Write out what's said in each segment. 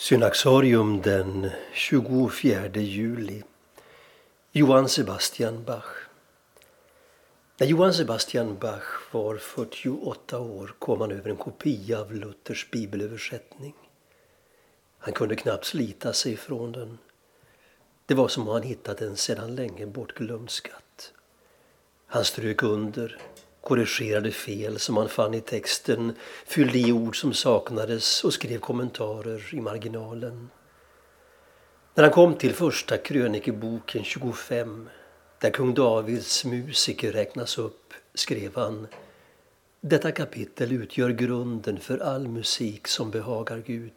Synaxarium den 24 juli. Johann Sebastian Bach. När Johann Sebastian Bach var 48 år kom han över en kopia av Luthers bibelöversättning. Han kunde knappt slita sig från den. Det var som om han hittat en sedan länge bortglömd skatt. Han strök under, korrigerade fel som han fann i texten, fyllde i ord som saknades och skrev kommentarer i marginalen. När han kom till första krönikeboken 25, där kung Davids musiker räknas upp, skrev han: Detta kapitel utgör grunden för all musik som behagar Gud.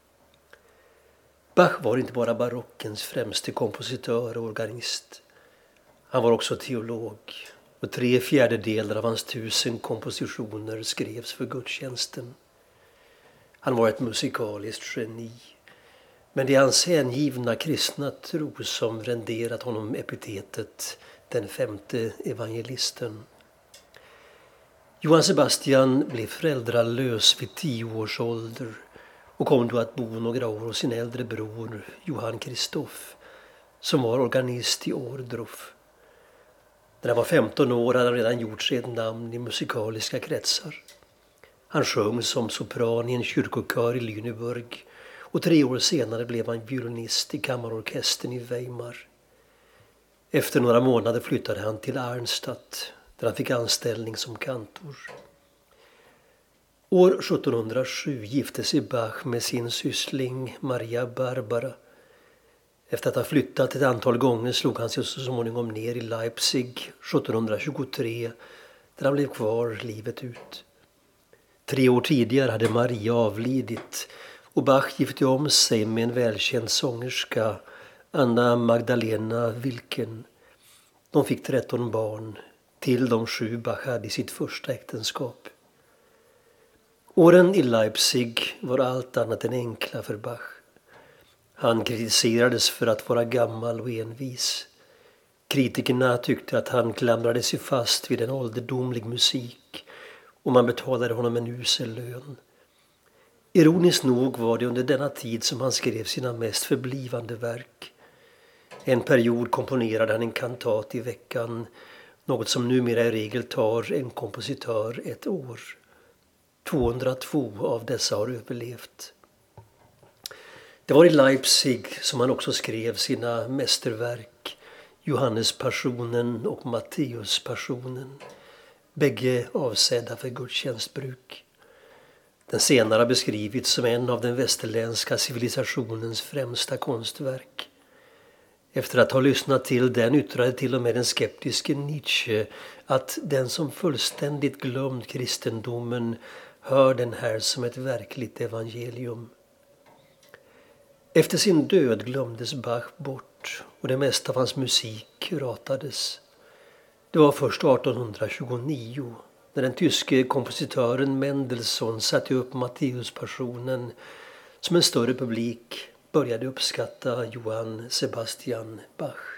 Bach var inte bara barockens främste kompositör och organist. Han var också teolog, och 3/4 av hans 1000 kompositioner skrevs för gudstjänsten. Han var ett musikaliskt geni, men det är hans hängivna kristna tro som renderat honom epitetet den 5:e evangelisten. Johann Sebastian blev föräldralös vid 10 års ålder och kom då att bo några år hos sin äldre bror Johann Christoph, som var organist i Ohrdruf. När han var 15 år hade han redan gjort sig ett namn i musikaliska kretsar. Han sjöng som sopran i en kyrkokör i Lüneburg, och 3 år senare blev han violinist i kammarorkestern i Weimar. Efter några månader flyttade han till Arnstadt, där han fick anställning som kantor. År 1707 gifte sig Bach med sin syssling Maria Barbara. Efter att ha flyttat ett antal gånger slog han sig så småningom ner i Leipzig 1723, där han blev kvar livet ut. 3 år tidigare hade Maria avlidit och Bach gifte om sig med en välkänd sångerska, Anna Magdalena Wilken. De fick 13 barn, till de 7 Bach hade i sitt första äktenskap. Åren i Leipzig var allt annat än enkla för Bach. Han kritiserades för att vara gammal och envis. Kritikerna tyckte att han klamrade sig fast vid en ålderdomlig musik, och man betalade honom en usel lön. Ironiskt nog var det under denna tid som han skrev sina mest förblivande verk. En period komponerade han en kantat i veckan, något som numera i regel tar en kompositör 1 år. 202 av dessa har överlevt. Det var i Leipzig som han också skrev sina mästerverk, Johannespassionen och Matteuspassionen, bägge avsedda för gudstjänstbruk. Den senare har beskrivits som en av den västerländska civilisationens främsta konstverk. Efter att ha lyssnat till den yttrade till och med den skeptiske Nietzsche att den som fullständigt glömt kristendomen hör den här som ett verkligt evangelium. Efter sin död glömdes Bach bort och det mesta av hans musik ratades. Det var först 1829 när den tyske kompositören Mendelssohn satte upp Matteuspassionen som en större publik började uppskatta Johann Sebastian Bach.